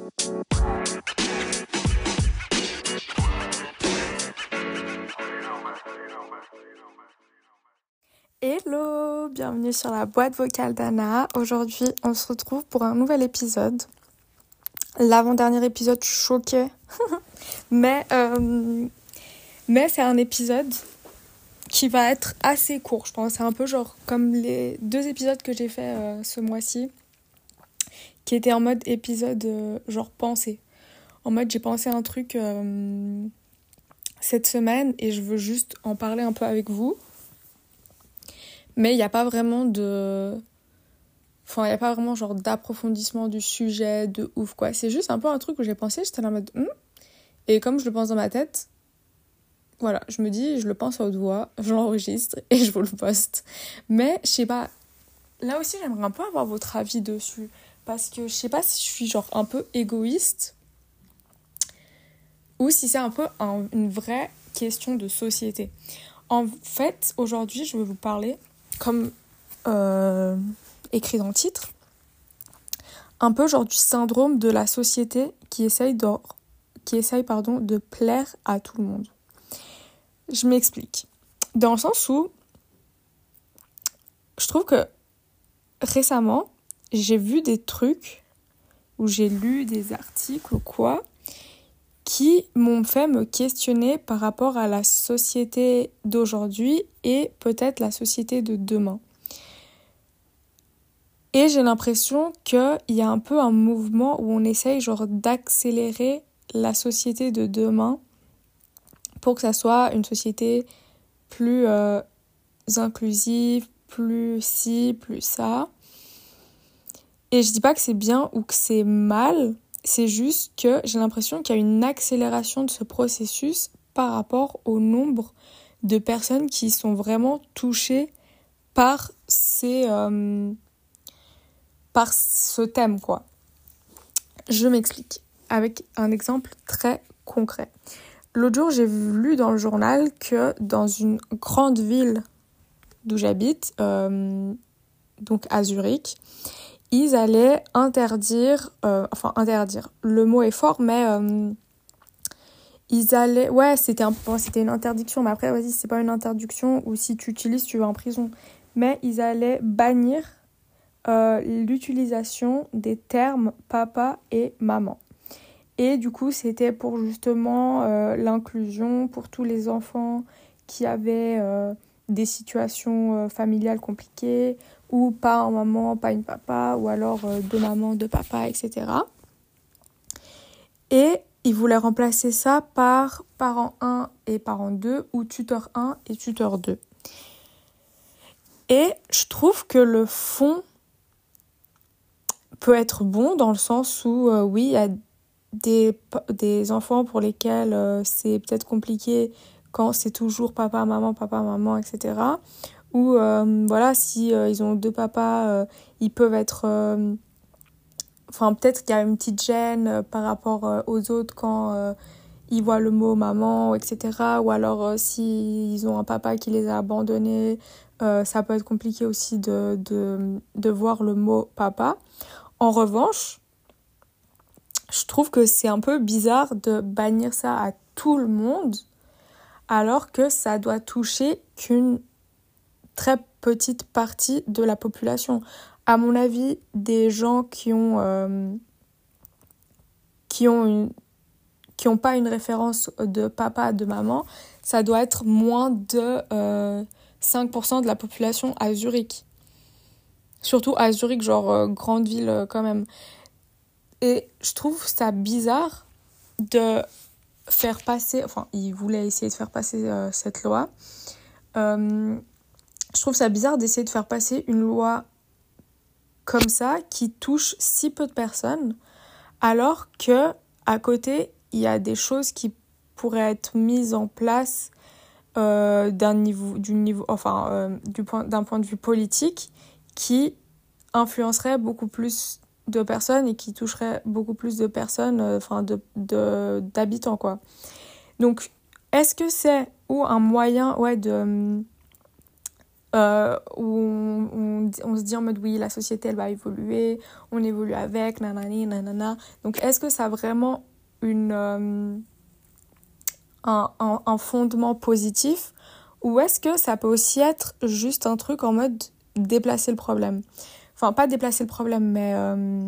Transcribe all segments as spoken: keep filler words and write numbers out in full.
Hello, bienvenue sur la boîte vocale d'Anna. Aujourd'hui, on se retrouve pour un nouvel épisode. L'avant-dernier épisode choquait, mais, euh, mais c'est un épisode qui va être assez court, je pense. C'est un peu genre comme les deux épisodes que j'ai fait euh, ce mois-ci, qui étaient en mode épisode euh, genre pensée. En mode j'ai pensé à un truc euh, cette semaine et je veux juste en parler un peu avec vous. Mais il n'y a pas vraiment de... Enfin, il n'y a pas vraiment genre d'approfondissement du sujet, de ouf, quoi. C'est juste un peu un truc où j'ai pensé, j'étais là en mode... Hm et comme je le pense dans ma tête, voilà, je me dis, je le pense à haute voix, je l'enregistre et je vous le poste. Mais, je sais pas, là aussi, j'aimerais un peu avoir votre avis dessus. Parce que je sais pas si je suis genre un peu égoïste ou si c'est un peu un, une vraie question de société. En fait, aujourd'hui, je vais vous parler... comme euh, écrit dans le titre, un peu genre du syndrome de la société qui essaye, de, qui essaye pardon, de plaire à tout le monde. Je m'explique. Dans le sens où je trouve que récemment, j'ai vu des trucs ou j'ai lu des articles ou quoi qui m'ont fait me questionner par rapport à la société d'aujourd'hui et peut-être la société de demain. Et j'ai l'impression qu'il y a un peu un mouvement où on essaye genre d'accélérer la société de demain pour que ça soit une société plus euh, inclusive, plus ci, plus ça. Et je dis pas que c'est bien ou que c'est mal, c'est juste que j'ai l'impression qu'il y a une accélération de ce processus par rapport au nombre de personnes qui sont vraiment touchées par ces... Euh, par ce thème, quoi. Je m'explique avec un exemple très concret. L'autre jour, j'ai lu dans le journal que dans une grande ville d'où j'habite, euh, donc à Zurich, ils allaient interdire, euh, enfin interdire, le mot est fort, mais euh, ils allaient, ouais, c'était, un, bon, c'était une interdiction, mais après, vas-y, c'est pas une interdiction, ou si tu utilises, tu vas en prison. Mais ils allaient bannir Euh, l'utilisation des termes papa et maman. Et du coup, c'était pour justement euh, l'inclusion pour tous les enfants qui avaient euh, des situations euh, familiales compliquées, ou pas un maman, pas une papa, ou alors euh, deux mamans, deux papas, et cetera. Et ils voulaient remplacer ça par parent un et parent deux, ou tuteur un et tuteur deux. Et je trouve que le fond peut être bon dans le sens où, euh, oui, il y a des, des enfants pour lesquels euh, c'est peut-être compliqué quand c'est toujours papa, maman, papa, maman, et cetera. Ou, euh, voilà, si euh, ils ont deux papas, euh, ils peuvent être... Euh, enfin, peut-être qu'il y a une petite gêne euh, par rapport euh, aux autres quand euh, ils voient le mot maman, et cetera. Ou alors, euh, s'ils ont un papa qui les a abandonnés, euh, ça peut être compliqué aussi de, de, de voir le mot papa. En revanche, je trouve que c'est un peu bizarre de bannir ça à tout le monde alors que ça doit toucher qu'une très petite partie de la population. À mon avis, des gens qui ont euh, qui ont une qui ont pas une référence de papa, de maman, ça doit être moins de euh, cinq pour cent de la population à Zurich. Surtout à Zurich, genre euh, grande ville euh, quand même. Et je trouve ça bizarre de faire passer... Enfin, ils voulaient essayer de faire passer euh, cette loi. Euh, je trouve ça bizarre d'essayer de faire passer une loi comme ça qui touche si peu de personnes, alors que à côté, il y a des choses qui pourraient être mises en place euh, d'un niveau, du niveau, enfin, euh, du point, d'un point de vue politique qui influencerait beaucoup plus de personnes et qui toucherait beaucoup plus de personnes, euh, enfin de, de, d'habitants, quoi. Donc, est-ce que c'est ou un moyen ouais, de, euh, où on, on, on se dit en mode oui, la société elle va évoluer, on évolue avec, nanani, nanana. Donc est-ce que ça a vraiment une, euh, un, un, un fondement positif ou est-ce que ça peut aussi être juste un truc en mode déplacer le problème? Enfin, pas déplacer le problème, mais... Euh,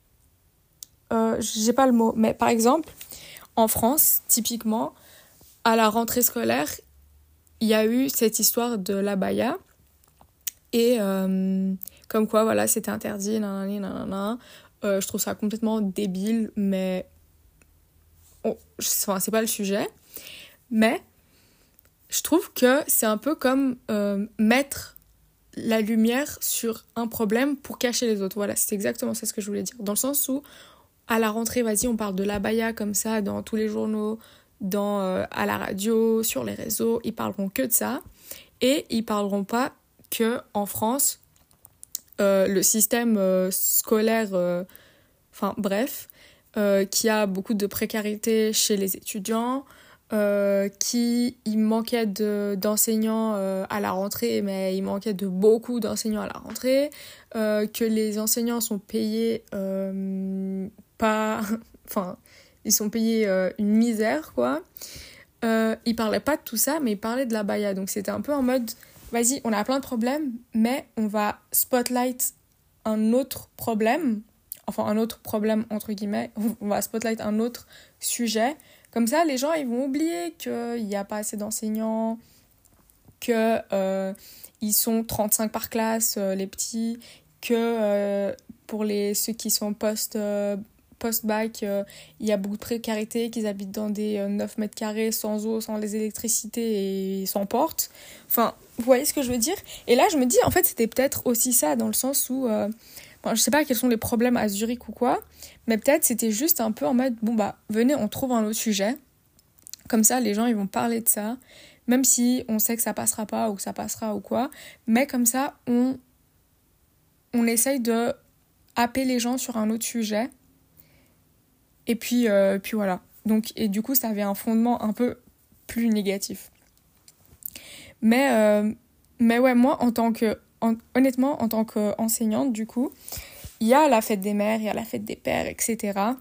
euh, j'ai pas le mot. Mais par exemple, en France, typiquement, à la rentrée scolaire, il y a eu cette histoire de l'abaya. Et euh, comme quoi, voilà, c'était interdit, nanani, nanana. Euh, je trouve ça complètement débile, mais... Oh, enfin, c'est pas le sujet. Mais je trouve que c'est un peu comme euh, mettre la lumière sur un problème pour cacher les autres. Voilà, c'est exactement ça ce que je voulais dire. Dans le sens où, à la rentrée, vas-y, on parle de l'abaya comme ça dans tous les journaux, dans, euh, à la radio, sur les réseaux. Ils parleront que de ça. Et ils parleront pas que en France, euh, le système euh, scolaire, euh, enfin bref, euh, qui a beaucoup de précarité chez les étudiants, euh, qui il manquait de, d'enseignants euh, à la rentrée, mais il manquait de beaucoup d'enseignants à la rentrée, euh, que les enseignants sont payés euh, pas... enfin, ils sont payés euh, une misère, quoi. Euh, il parlait pas de tout ça, mais il parlait de la baya. Donc c'était un peu en mode, vas-y, on a plein de problèmes, mais on va spotlight un autre problème, enfin un autre problème entre guillemets, on va spotlight un autre sujet. Comme ça, les gens, ils vont oublier qu'il n'y a pas assez d'enseignants, que euh, ils sont trente-cinq par classe, euh, les petits, que euh, pour les, ceux qui sont post, euh, post-bac, il euh, y a beaucoup de précarité, qu'ils habitent dans des euh, neuf mètres carrés, sans eau, sans les électricités et sans porte. Enfin, vous voyez ce que je veux dire? Et là, je me dis, en fait, c'était peut-être aussi ça, dans le sens où... Euh, Enfin, je sais pas quels sont les problèmes à Zurich ou quoi, mais peut-être c'était juste un peu en mode, bon bah, venez, on trouve un autre sujet. Comme ça, les gens, ils vont parler de ça, même si on sait que ça passera pas ou que ça passera ou quoi. Mais comme ça, on, on essaye de happer les gens sur un autre sujet. Et puis, euh, puis voilà. Donc, et du coup, ça avait un fondement un peu plus négatif. Mais, euh, mais ouais, moi, en tant que... En, honnêtement, en tant qu'enseignante, du coup, il y a la fête des mères, il y a la fête des pères, et cetera.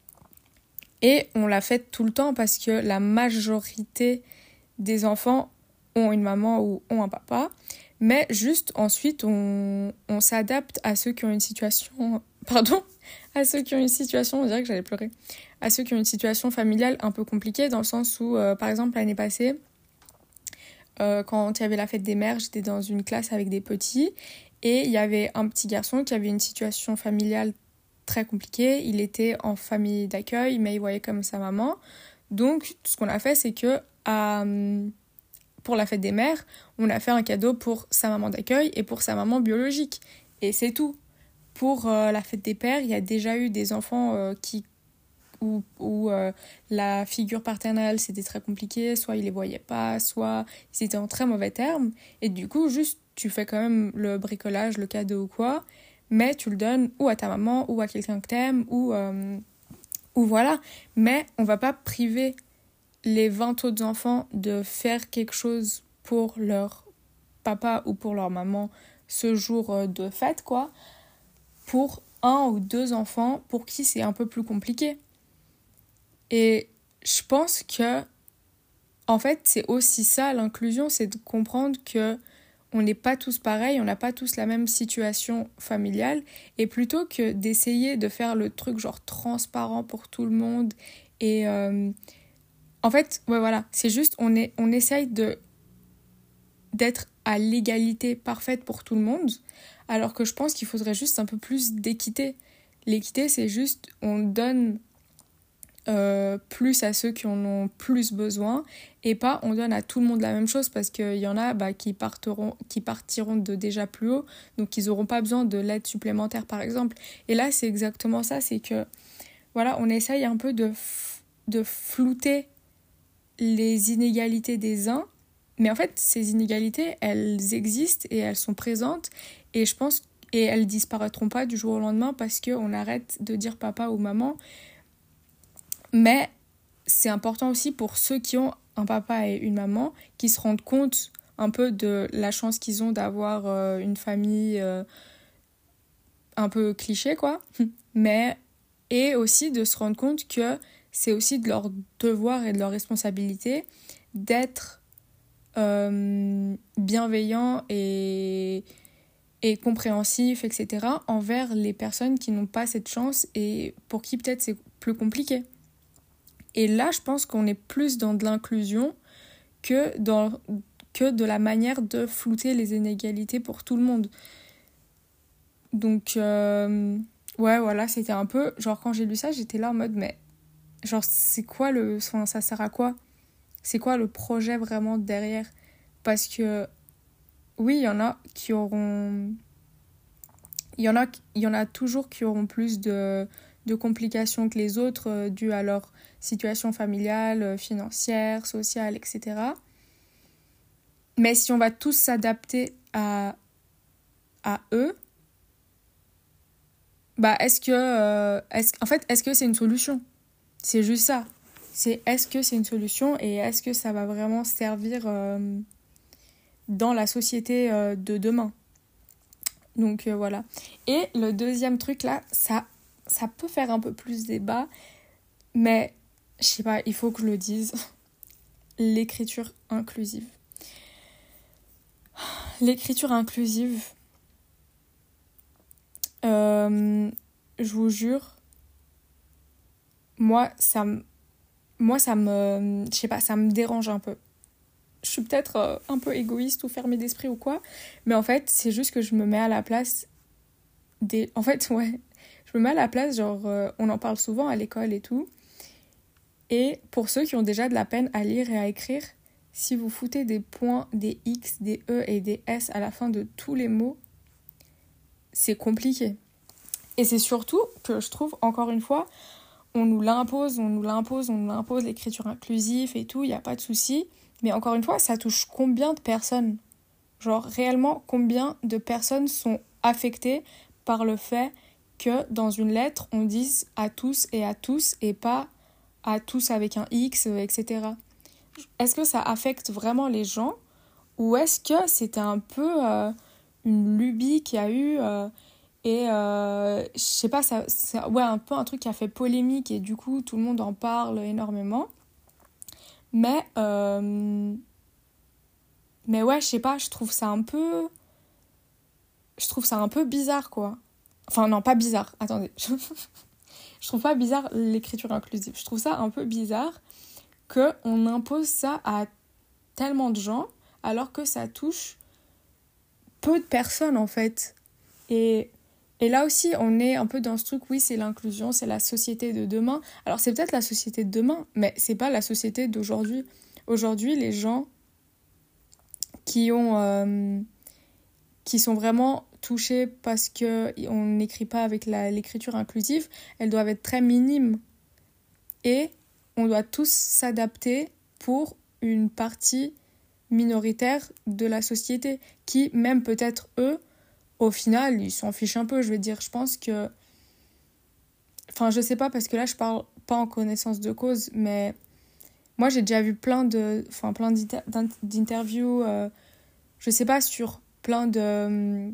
Et on la fête tout le temps parce que la majorité des enfants ont une maman ou ont un papa. Mais juste ensuite, on, on s'adapte à ceux qui ont une situation... Pardon, à ceux qui ont une situation, on dirait que j'allais pleurer. À ceux qui ont une situation familiale un peu compliquée, dans le sens où, euh, par exemple, l'année passée, euh, quand il y avait la fête des mères, j'étais dans une classe avec des petits. Et il y avait un petit garçon qui avait une situation familiale très compliquée. Il était en famille d'accueil, mais il voyait comme sa maman. Donc, ce qu'on a fait, c'est que euh, pour la fête des mères, on a fait un cadeau pour sa maman d'accueil et pour sa maman biologique. Et c'est tout. Pour euh, la fête des pères, il y a déjà eu des enfants euh, qui, où, où euh, la figure paternelle, c'était très compliqué. Soit ils les voyaient pas, soit ils étaient en très mauvais termes. Et du coup, juste, tu fais quand même le bricolage, le cadeau ou quoi, mais tu le donnes ou à ta maman, ou à quelqu'un que t'aimes, ou, euh, ou voilà. Mais on va pas priver les vingt autres enfants de faire quelque chose pour leur papa ou pour leur maman ce jour de fête, quoi, pour un ou deux enfants pour qui c'est un peu plus compliqué. Et je pense que, en fait, c'est aussi ça, l'inclusion, c'est de comprendre que on n'est pas tous pareils, on n'a pas tous la même situation familiale, et plutôt que d'essayer de faire le truc genre transparent pour tout le monde, et euh, en fait, ouais voilà, c'est juste, on, est, on essaye de, d'être à l'égalité parfaite pour tout le monde, alors que je pense qu'il faudrait juste un peu plus d'équité. L'équité, c'est juste, on donne Euh, plus à ceux qui en ont plus besoin et pas on donne à tout le monde la même chose parce qu'il y en a bah, qui, partiront, qui partiront de déjà plus haut, donc ils n'auront pas besoin de l'aide supplémentaire par exemple. Et là c'est exactement ça, c'est que voilà, on essaye un peu de, f- de flouter les inégalités des uns, mais en fait ces inégalités elles existent et elles sont présentes, et je pense et elles disparaîtront pas du jour au lendemain parce qu'on arrête de dire papa ou maman. Mais c'est important aussi pour ceux qui ont un papa et une maman qui se rendent compte un peu de la chance qu'ils ont d'avoir euh, une famille euh, un peu cliché, quoi. Mais, et aussi de se rendre compte que c'est aussi de leur devoir et de leur responsabilité d'être euh, bienveillants et, et compréhensifs, et cetera, envers les personnes qui n'ont pas cette chance et pour qui peut-être c'est plus compliqué. Et là, je pense qu'on est plus dans de l'inclusion que, dans, que de la manière de flouter les inégalités pour tout le monde. Donc, euh, ouais, voilà, c'était un peu... Genre, quand j'ai lu ça, j'étais là en mode, mais... Genre, c'est quoi le... Enfin, ça sert à quoi ? C'est quoi le projet vraiment derrière ? Parce que, oui, il y en a qui auront... Il y en a, il y en a toujours qui auront plus de, de complications que les autres euh, dues à leur situation familiale, financière, sociale, et cetera. Mais si on va tous s'adapter à, à eux, bah est-ce que... Euh, est-ce, en fait, est-ce que c'est une solution ? C'est juste ça. C'est est-ce que c'est une solution et est-ce que ça va vraiment servir euh, dans la société euh, de demain ? Donc euh, voilà. Et le deuxième truc là, ça, ça peut faire un peu plus débat, mais je sais pas, il faut que je le dise. L'écriture inclusive. L'écriture inclusive, euh, je vous jure, moi ça me, moi ça me, je sais pas, ça me dérange un peu. Je suis peut-être euh, un peu égoïste ou fermée d'esprit ou quoi, mais en fait c'est juste que je me mets à la place des, en fait ouais, je me mets à la place, genre euh, on en parle souvent à l'école et tout, et pour ceux qui ont déjà de la peine à lire et à écrire, si vous foutez des points, des X, des E et des S à la fin de tous les mots, c'est compliqué. Et c'est surtout que je trouve, encore une fois, on nous l'impose, on nous l'impose, on nous l'impose, l'écriture inclusive et tout, il n'y a pas de souci. Mais encore une fois, ça touche combien de personnes ? Genre, réellement, combien de personnes sont affectées par le fait que dans une lettre, on dise à tous et à tous et pas à tous avec un X, et cetera. Est-ce que ça affecte vraiment les gens ou est-ce que c'était un peu euh, une lubie qu'il y a eu euh, et euh, je sais pas, ça, c'est ouais, un peu un truc qui a fait polémique et du coup tout le monde en parle énormément. Mais, euh, mais ouais, je sais pas, je trouve ça un peu... Je trouve ça un peu bizarre, quoi. Enfin, non, pas bizarre, attendez. Je trouve pas bizarre l'écriture inclusive. Je trouve ça un peu bizarre qu'on impose ça à tellement de gens alors que ça touche peu de personnes, en fait. Et, et là aussi, on est un peu dans ce truc, oui, c'est l'inclusion, c'est la société de demain. Alors, c'est peut-être la société de demain, mais c'est pas la société d'aujourd'hui. Aujourd'hui, les gens qui ont... Euh, qui sont vraiment touchées parce qu'on n'écrit pas avec la, l'écriture inclusive, elles doivent être très minimes. Et on doit tous s'adapter pour une partie minoritaire de la société, qui, même peut-être eux, au final, ils s'en fichent un peu. Je veux dire, je pense que... Enfin, je sais pas, parce que là, je parle pas en connaissance de cause, mais moi, j'ai déjà vu plein de... Enfin, plein d'inter... d'interviews, euh, je sais pas, sur plein de...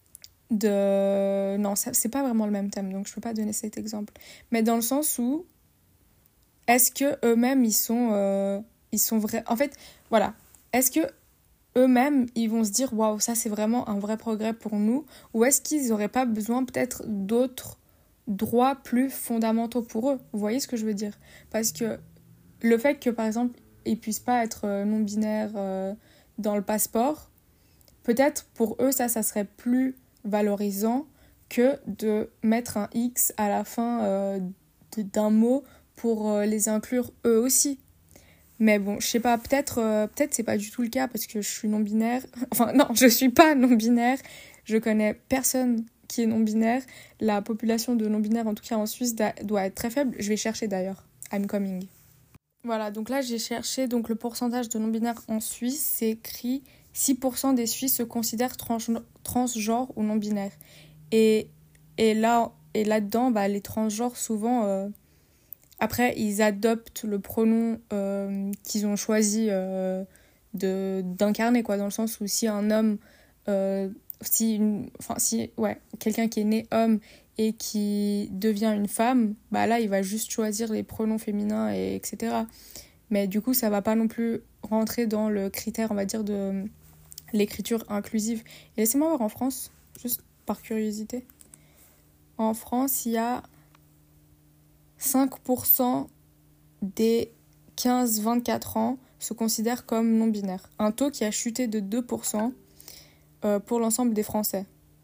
de... Non, ça, c'est pas vraiment le même thème, donc je peux pas donner cet exemple. Mais dans le sens où, est-ce que eux-mêmes, ils sont... Euh, ils sont vrais... En fait, voilà. Est-ce que eux-mêmes, ils vont se dire « Waouh, ça, c'est vraiment un vrai progrès pour nous » ou est-ce qu'ils n'auraient pas besoin peut-être d'autres droits plus fondamentaux pour eux ? Vous voyez ce que je veux dire ? Parce que le fait que, par exemple, ils puissent pas être non-binaires euh, dans le passeport, peut-être pour eux, ça, ça serait plus valorisant que de mettre un X à la fin euh, d'un mot pour euh, les inclure eux aussi. Mais bon, je sais pas, peut-être, euh, peut-être c'est pas du tout le cas parce que je suis non-binaire. Enfin, non, je suis pas non-binaire. Je connais personne qui est non-binaire. La population de non-binaires, en tout cas en Suisse, doit être très faible. Je vais chercher d'ailleurs. I'm coming. Voilà, donc là, j'ai cherché donc, le pourcentage de non-binaires en Suisse. C'est écrit six pour cent des Suisses se considèrent trans- transgenres ou non-binaires. Et, et, là, et là-dedans, bah, les transgenres, souvent... Euh, Après, ils adoptent le pronom euh, qu'ils ont choisi euh, de, d'incarner, quoi, dans le sens où si un homme, euh, si, une, enfin, si ouais, quelqu'un qui est né homme et qui devient une femme, bah là, il va juste choisir les pronoms féminins, et, etc. Mais du coup, ça va pas non plus rentrer dans le critère, on va dire, de l'écriture inclusive. Et laissez-moi voir en France, juste par curiosité. En France, il y a cinq pour cent des quinze vingt-quatre ans se considèrent comme non-binaires. Un taux qui a chuté de deux pour cent euh, pour l'ensemble des Français.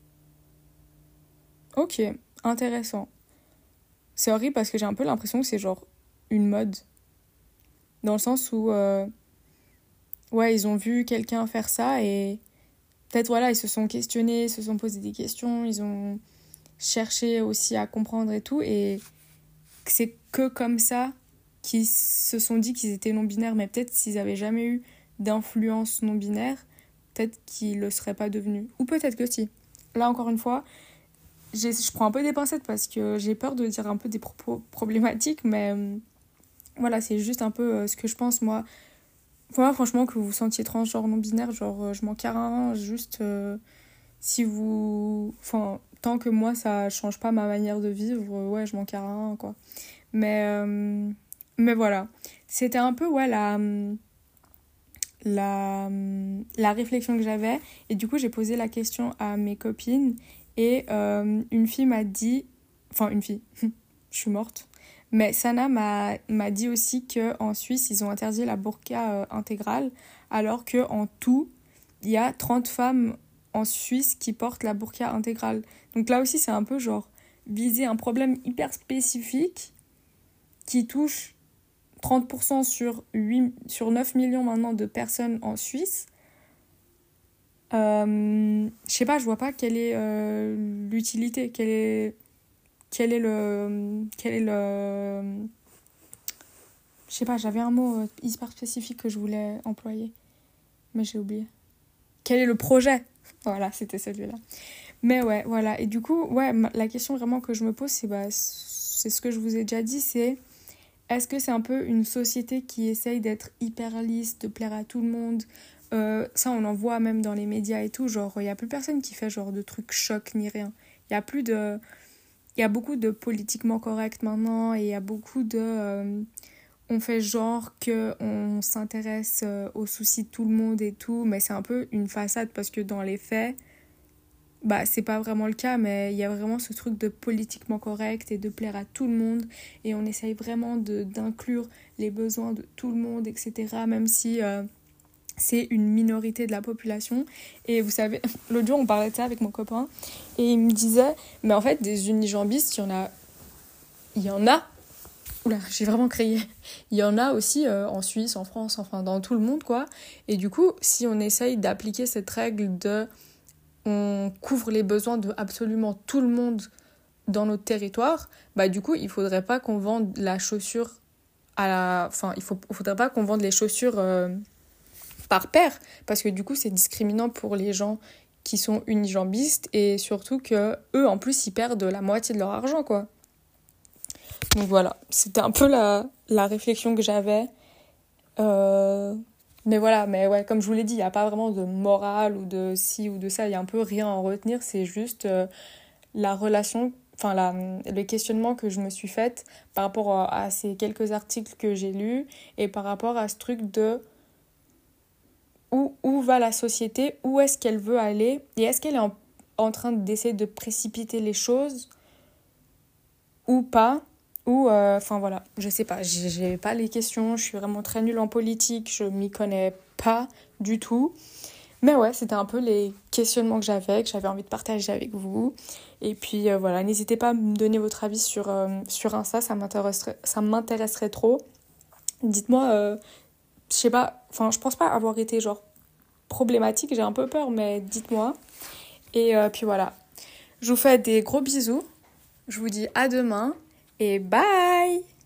Ok, intéressant. C'est horrible parce que j'ai un peu l'impression que c'est genre une mode. Dans le sens où, euh, ouais, ils ont vu quelqu'un faire ça et peut-être, voilà, ils se sont questionnés, ils se sont posé des questions, ils ont cherché aussi à comprendre et tout. Et c'est que comme ça qu'ils se sont dit qu'ils étaient non-binaires. Mais peut-être s'ils n'avaient jamais eu d'influence non-binaire, peut-être qu'ils ne le seraient pas devenus. Ou peut-être que si. Là, encore une fois, j'ai, je prends un peu des pincettes parce que j'ai peur de dire un peu des propos problématiques, mais euh, voilà, c'est juste un peu euh, ce que je pense, moi. Moi, franchement, que vous vous sentiez transgenre non-binaire, genre, euh, je m'en carre un, juste euh, si vous... Enfin, tant que moi, ça change pas ma manière de vivre, euh, ouais, je m'en carre un, quoi. Mais, euh, mais voilà, c'était un peu, ouais, la... La, la réflexion que j'avais. Et du coup, j'ai posé la question à mes copines. Et euh, une fille m'a dit... Enfin, une fille. Je suis morte. Mais Sana m'a, m'a dit aussi qu'en Suisse, ils ont interdit la burqa euh, intégrale. Alors qu'en tout, il y a trente femmes en Suisse qui portent la burqa intégrale. Donc là aussi, c'est un peu genre viser un problème hyper spécifique qui touche trente pour cent sur, huit, sur neuf millions maintenant de personnes en Suisse. Euh, je sais pas, je vois pas quelle est euh, l'utilité, quelle est, quel est le... Quel est le... Je sais pas, j'avais un mot hyper spécifique que je voulais employer, mais j'ai oublié. Quel est le projet ? Voilà, c'était celui-là. Mais ouais, voilà. Et du coup, ouais, la question vraiment que je me pose, c'est, bah, c'est ce que je vous ai déjà dit, c'est... Est-ce que c'est un peu une société qui essaye d'être hyper lisse, de plaire à tout le monde ? euh, Ça, on en voit même dans les médias et tout. Genre, il n'y a plus personne qui fait genre de trucs chocs ni rien. Il y a plus de... Il y a beaucoup de politiquement correct maintenant et il y a beaucoup de... Euh, on fait genre qu'on s'intéresse aux soucis de tout le monde et tout, mais c'est un peu une façade parce que dans les faits, bah, c'est pas vraiment le cas, mais il y a vraiment ce truc de politiquement correct et de plaire à tout le monde et on essaye vraiment de, d'inclure les besoins de tout le monde, et cetera, même si euh, c'est une minorité de la population. Et vous savez, l'autre jour, on parlait de ça avec mon copain et il me disait, mais en fait, des unijambistes, il y en a... Il y en a Oula, j'ai vraiment crié. Il y en a aussi euh, en Suisse, en France, enfin dans tout le monde, quoi. Et du coup, si on essaye d'appliquer cette règle de... On couvre les besoins de absolument tout le monde dans notre territoire, bah du coup, il faudrait pas qu'on vende la chaussure à la... Enfin, il faut... faudrait pas qu'on vende les chaussures euh, par paire, parce que du coup, c'est discriminant pour les gens qui sont unijambistes, et surtout que eux, en plus, ils perdent la moitié de leur argent, quoi. Donc voilà, c'était un peu la, la réflexion que j'avais. Euh, mais voilà, mais ouais, comme je vous l'ai dit, il n'y a pas vraiment de morale ou de ci ou de ça. Il y a un peu rien à en retenir. C'est juste euh, la relation, enfin la, le questionnement que je me suis faite par rapport à, à ces quelques articles que j'ai lus et par rapport à ce truc de où, où va la société, où est-ce qu'elle veut aller et est-ce qu'elle est en, en train d'essayer de précipiter les choses ou pas. Ou, enfin euh, voilà, je sais pas, j'ai, j'ai pas les questions, je suis vraiment très nulle en politique, je m'y connais pas du tout. Mais ouais, c'était un peu les questionnements que j'avais, que j'avais envie de partager avec vous. Et puis euh, voilà, n'hésitez pas à me donner votre avis sur, euh, sur Insta, ça m'intéresserait, ça m'intéresserait trop. Dites-moi, euh, je sais pas, enfin je pense pas avoir été genre problématique, j'ai un peu peur, mais dites-moi. Et euh, puis voilà, je vous fais des gros bisous, je vous dis à demain. Et bye!